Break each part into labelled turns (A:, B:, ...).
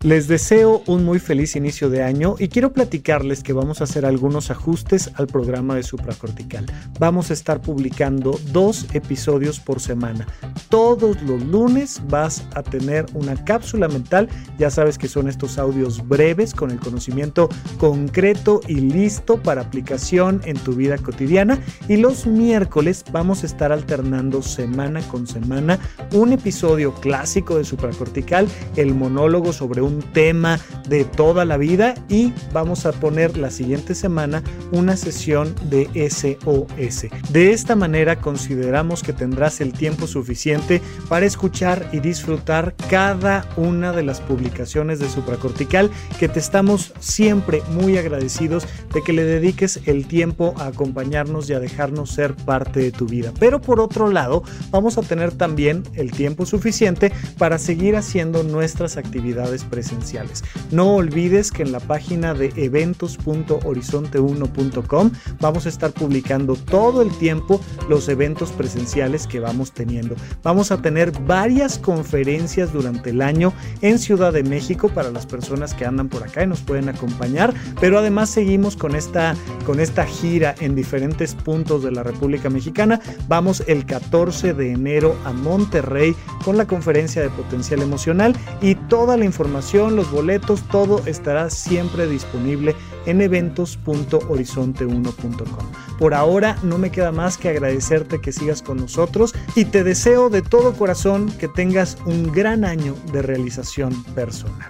A: Les deseo un muy feliz inicio de año y quiero platicarles que vamos a hacer algunos ajustes al programa de supracortical. Vamos a estar publicando 2 episodios por semana. Todos los lunes vas a tener una cápsula mental. Ya sabes que son estos audios breves con el conocimiento concreto y listo para aplicación en tu vida cotidiana. Y los miércoles vamos a estar alternando semana con semana un episodio clásico de supracortical, el monólogo sobre un tema de toda la vida, y vamos a poner la siguiente semana una sesión de SOS. De esta manera consideramos que tendrás el tiempo suficiente para escuchar y disfrutar cada una de las publicaciones de supracortical, que te estamos siempre muy agradecidos de que le dediques el tiempo a acompañarnos y a dejarnos ser parte de tu vida. Pero por otro lado, vamos a tener también el tiempo suficiente para seguir haciendo nuestras actividades presenciales. No olvides que en la página de eventos.horizonte1.com vamos a estar publicando todo el tiempo los eventos presenciales que vamos teniendo. Vamos a tener varias conferencias durante el año en Ciudad de México para las personas que andan por acá y nos pueden acompañar, pero además seguimos con esta gira en diferentes puntos de la República Mexicana. Vamos el 14 de enero a Monterrey con la conferencia de potencial emocional, y toda la información, los boletos, todo estará siempre disponible en eventos.horizonte1.com. Por ahora no me queda más que agradecerte que sigas con nosotros y te deseo de todo corazón que tengas un gran año de realización personal.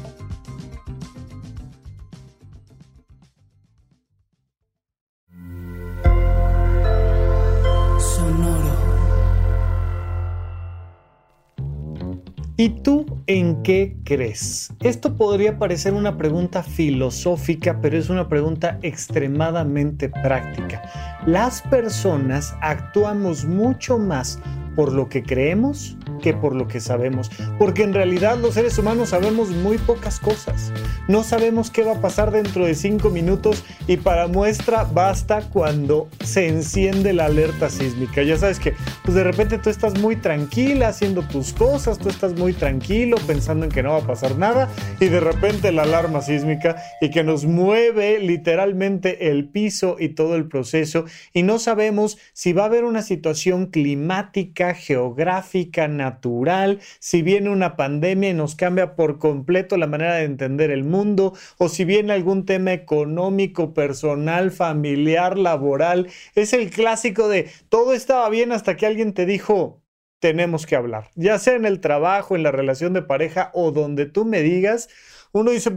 A: ¿Y tú en qué crees? Esto podría parecer una pregunta filosófica, pero es una pregunta extremadamente práctica. Las personas actuamos mucho más por lo que creemos que por lo que sabemos, porque en realidad los seres humanos sabemos muy pocas cosas. No sabemos qué va a pasar dentro de 5 minutos, y para muestra basta cuando se enciende la alerta sísmica. Ya sabes que pues de repente tú estás muy tranquila haciendo tus cosas, tú estás muy tranquilo pensando en que no va a pasar nada, y de repente la alarma sísmica, y que nos mueve literalmente el piso y todo el proceso, y no sabemos si va a haber una situación climática, geográfica, natural, si viene una pandemia y nos cambia por completo la manera de entender el mundo, o si viene algún tema económico, personal, familiar, laboral. Es el clásico de todo estaba bien hasta que alguien te dijo tenemos que hablar, ya sea en el trabajo, en la relación de pareja o donde tú me digas. Uno dice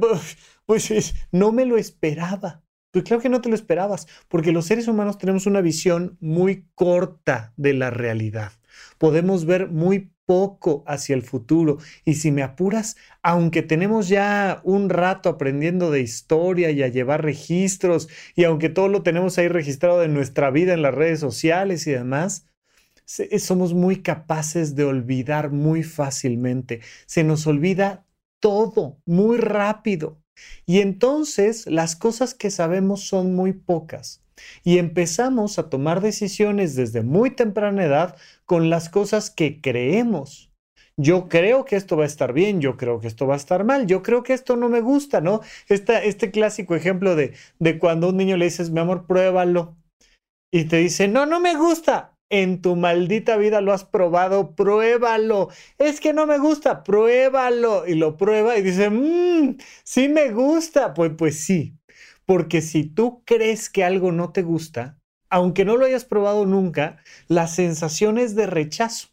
A: pues no me lo esperaba. Pues claro que no te lo esperabas, porque los seres humanos tenemos una visión muy corta de la realidad. Podemos ver muy poco hacia el futuro, y si me apuras, aunque tenemos ya un rato aprendiendo de historia y a llevar registros, y aunque todo lo tenemos ahí registrado en nuestra vida en las redes sociales y demás, somos muy capaces de olvidar muy fácilmente. Se nos olvida todo muy rápido, y entonces las cosas que sabemos son muy pocas. Y empezamos a tomar decisiones desde muy temprana edad con las cosas que creemos. Yo creo que esto va a estar bien, yo creo que esto va a estar mal, yo creo que esto no me gusta, ¿no? Este clásico ejemplo de cuando a un niño le dices, mi amor, pruébalo. Y te dice, no, no me gusta. En tu maldita vida lo has probado, pruébalo. Es que no me gusta, pruébalo. Y lo prueba y dice, sí me gusta. Pues sí. Porque si tú crees que algo no te gusta, aunque no lo hayas probado nunca, la sensación es de rechazo.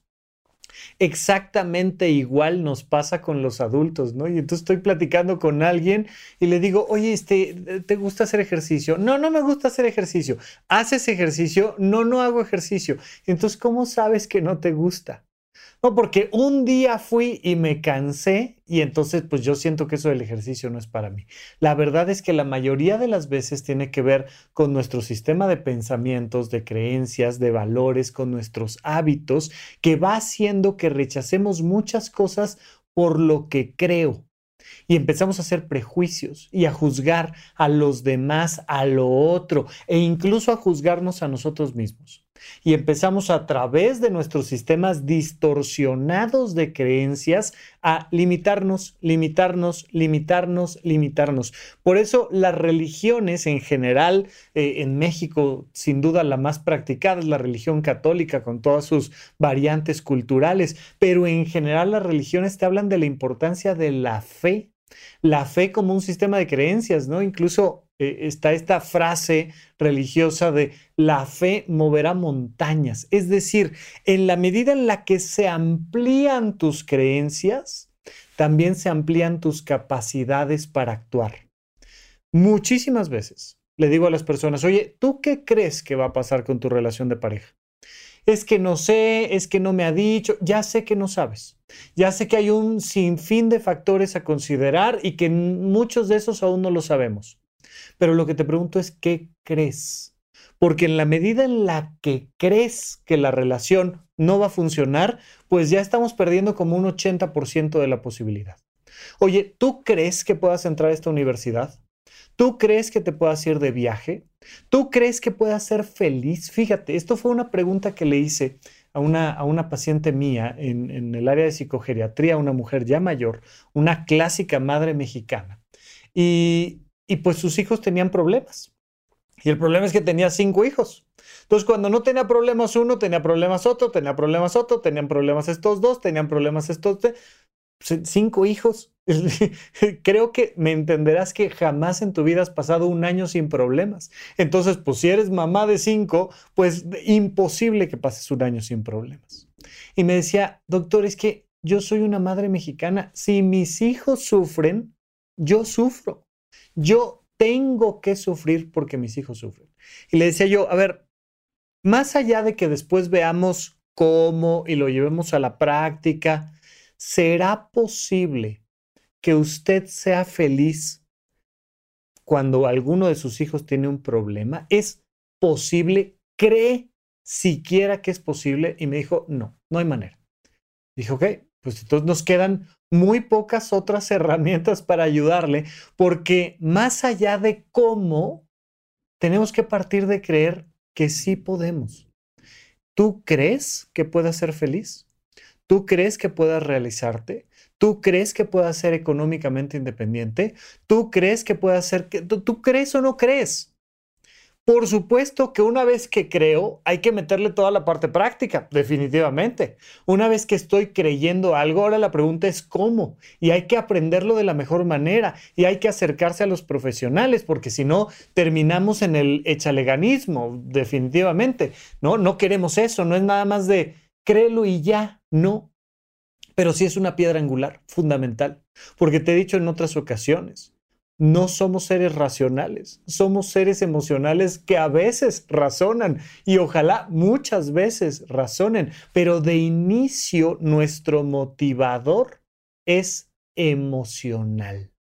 A: Exactamente igual nos pasa con los adultos, ¿no? Y entonces estoy platicando con alguien y le digo, oye, ¿te gusta hacer ejercicio? No, no me gusta hacer ejercicio. ¿Haces ejercicio? No, no hago ejercicio. Entonces, ¿cómo sabes que no te gusta? No, porque un día fui y me cansé, y entonces pues yo siento que eso del ejercicio no es para mí. La verdad es que la mayoría de las veces tiene que ver con nuestro sistema de pensamientos, de creencias, de valores, con nuestros hábitos, que va haciendo que rechacemos muchas cosas por lo que creo. Y empezamos a hacer prejuicios y a juzgar a los demás, a lo otro, e incluso a juzgarnos a nosotros mismos. Y empezamos a través de nuestros sistemas distorsionados de creencias a limitarnos, limitarnos, limitarnos, limitarnos. Por eso las religiones en general, en México sin duda la más practicada es la religión católica con todas sus variantes culturales, pero en general las religiones te hablan de la importancia de la fe como un sistema de creencias, ¿no? Incluso está esta frase religiosa de la fe moverá montañas. Es decir, en la medida en la que se amplían tus creencias, también se amplían tus capacidades para actuar. Muchísimas veces le digo a las personas, oye, ¿tú qué crees que va a pasar con tu relación de pareja? Es que no sé, es que no me ha dicho, ya sé que no sabes, ya sé que hay un sinfín de factores a considerar y que muchos de esos aún no lo sabemos. Pero lo que te pregunto es, ¿qué crees? Porque en la medida en la que crees que la relación no va a funcionar, pues ya estamos perdiendo como un 80% de la posibilidad. Oye, ¿tú crees que puedas entrar a esta universidad? ¿Tú crees que te puedas ir de viaje? ¿Tú crees que puedas ser feliz? Fíjate, esto fue una pregunta que le hice a una paciente mía en el área de psicogeriatría, una mujer ya mayor, una clásica madre mexicana. Y pues sus hijos tenían problemas. Y el problema es que tenía 5 hijos. Entonces, cuando no tenía problemas uno, tenía problemas otro, tenía problemas otro, tenían problemas estos dos, tenían problemas estos 5 hijos. Creo que me entenderás que jamás en tu vida has pasado un año sin problemas. Entonces, pues si eres mamá de 5, pues imposible que pases un año sin problemas. Y me decía, doctor, es que yo soy una madre mexicana. Si mis hijos sufren, yo sufro. Yo tengo que sufrir porque mis hijos sufren. Y le decía yo, a ver, más allá de que después veamos cómo y lo llevemos a la práctica, ¿será posible que usted sea feliz cuando alguno de sus hijos tiene un problema? ¿Es posible? ¿Cree siquiera que es posible? Y me dijo, no, no hay manera. Dije, ok, pues entonces nos quedan muy pocas otras herramientas para ayudarle, porque más allá de cómo, tenemos que partir de creer que sí podemos. ¿Tú crees que puedas ser feliz? ¿Tú crees que puedas realizarte? ¿Tú crees que puedas ser económicamente independiente? ¿Tú crees que puedas ser... ¿Tú crees o no crees? Por supuesto que una vez que creo, hay que meterle toda la parte práctica, definitivamente. Una vez que estoy creyendo algo, ahora la pregunta es cómo. Y hay que aprenderlo de la mejor manera. Y hay que acercarse a los profesionales, porque si no, terminamos en el echaleganismo, definitivamente. No, no queremos eso. No es nada más de créelo y ya. No. Pero sí es una piedra angular, fundamental. Porque te he dicho en otras ocasiones, no somos seres racionales, somos seres emocionales que a veces razonan y ojalá muchas veces razonen, pero de inicio nuestro motivador es emocional.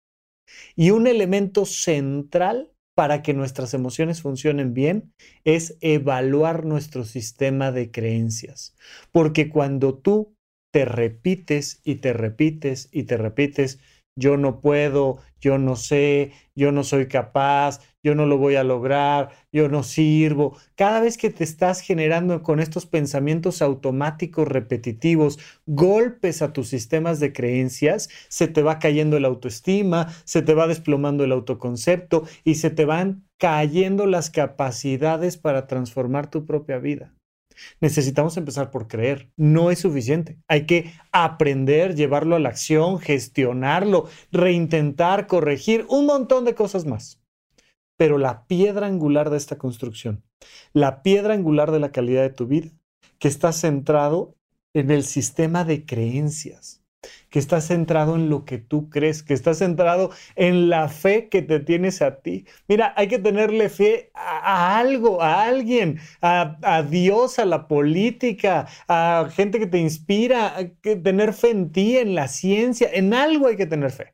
A: Y un elemento central para que nuestras emociones funcionen bien es evaluar nuestro sistema de creencias. Porque cuando tú te repites y te repites y te repites, yo no puedo, yo no sé, yo no soy capaz, yo no lo voy a lograr, yo no sirvo. Cada vez que te estás generando con estos pensamientos automáticos repetitivos, golpes a tus sistemas de creencias, se te va cayendo el autoestima, se te va desplomando el autoconcepto y se te van cayendo las capacidades para transformar tu propia vida. Necesitamos empezar por creer. No es suficiente. Hay que aprender, llevarlo a la acción, gestionarlo, reintentar, corregir, un montón de cosas más. Pero la piedra angular de esta construcción, la piedra angular de la calidad de tu vida, que está centrado en el sistema de creencias, que está centrado en lo que tú crees, que está centrado en la fe que te tienes a ti. Mira, hay que tenerle fe a algo, a alguien, a Dios, a la política, a gente que te inspira, hay que tener fe en ti, en la ciencia, en algo hay que tener fe,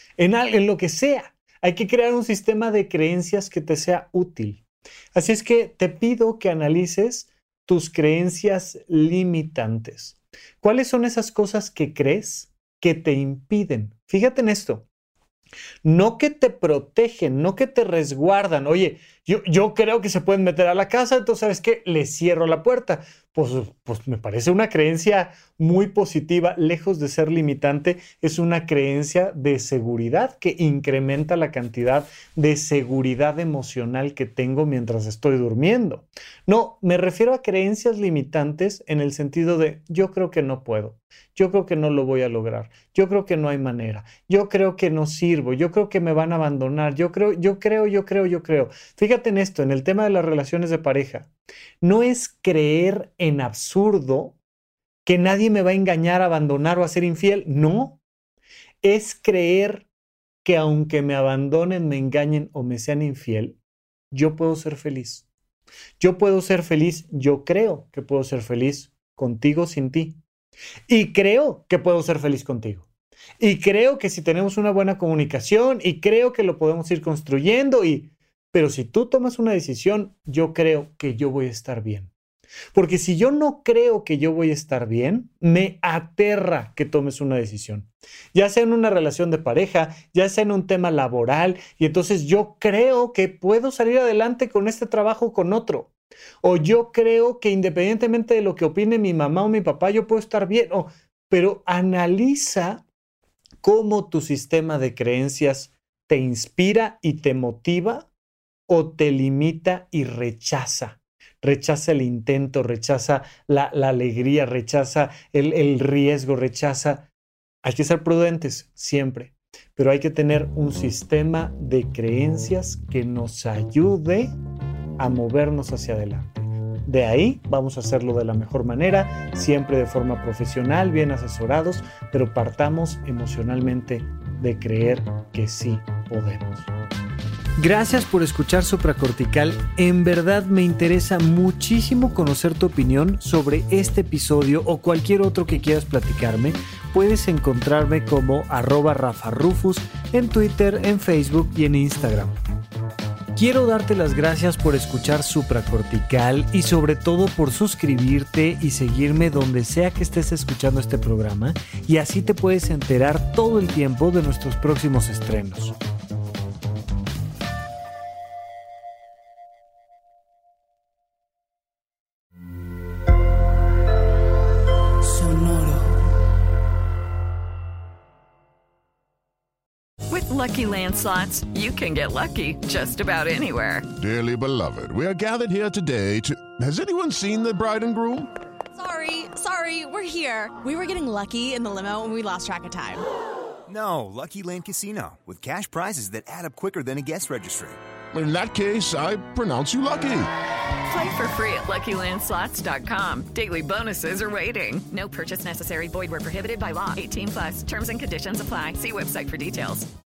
A: en lo que sea. Hay que crear un sistema de creencias que te sea útil. Así es que te pido que analices tus creencias limitantes. ¿Cuáles son esas cosas que crees que te impiden? Fíjate en esto. No que te protegen, no que te resguardan. Oye, yo creo que se pueden meter a la casa, entonces, ¿sabes qué? Les cierro la puerta. Pues me parece una creencia muy positiva, lejos de ser limitante, es una creencia de seguridad que incrementa la cantidad de seguridad emocional que tengo mientras estoy durmiendo. No, me refiero a creencias limitantes en el sentido de yo creo que no puedo, yo creo que no lo voy a lograr, yo creo que no hay manera, yo creo que no sirvo, yo creo que me van a abandonar, yo creo. Fíjate en esto, en el tema de las relaciones de pareja. No es creer en absurdo que nadie me va a engañar, abandonar o a ser infiel. No, es creer que aunque me abandonen, me engañen o me sean infiel, yo puedo ser feliz. Yo puedo ser feliz, yo creo que puedo ser feliz contigo sin ti. Y creo que puedo ser feliz contigo. Y creo que si tenemos una buena comunicación y creo que lo podemos ir construyendo pero si tú tomas una decisión, yo creo que yo voy a estar bien. Porque si yo no creo que yo voy a estar bien, me aterra que tomes una decisión. Ya sea en una relación de pareja, ya sea en un tema laboral, y entonces yo creo que puedo salir adelante con este trabajo o con otro. O yo creo que independientemente de lo que opine mi mamá o mi papá, yo puedo estar bien. Pero analiza cómo tu sistema de creencias te inspira y te motiva o te limita y rechaza. Rechaza el intento, rechaza la alegría, rechaza el riesgo, rechaza. Hay que ser prudentes siempre, pero hay que tener un sistema de creencias que nos ayude a movernos hacia adelante. De ahí vamos a hacerlo de la mejor manera, siempre de forma profesional, bien asesorados, pero partamos emocionalmente de creer que sí podemos. Gracias por escuchar Supracortical. En verdad me interesa muchísimo conocer tu opinión sobre este episodio o cualquier otro que quieras platicarme. Puedes encontrarme como @RafaRufus en Twitter, en Facebook y en Instagram. Quiero darte las gracias por escuchar Supracortical y sobre todo por suscribirte y seguirme donde sea que estés escuchando este programa, y así te puedes enterar todo el tiempo de nuestros próximos estrenos.
B: Lucky Land Slots, you can get lucky just about anywhere.
C: Dearly beloved, we are gathered here today to... Has anyone seen the bride and groom?
D: Sorry, we're here. We were getting lucky in the limo and we lost track of time.
E: No, Lucky Land Casino, with cash prizes that add up quicker than a guest registry.
C: In that case, I pronounce you lucky.
B: Play for free at LuckyLandSlots.com. Daily bonuses are waiting. No purchase necessary. Void where prohibited by law. 18+. Terms and conditions apply. See website for details.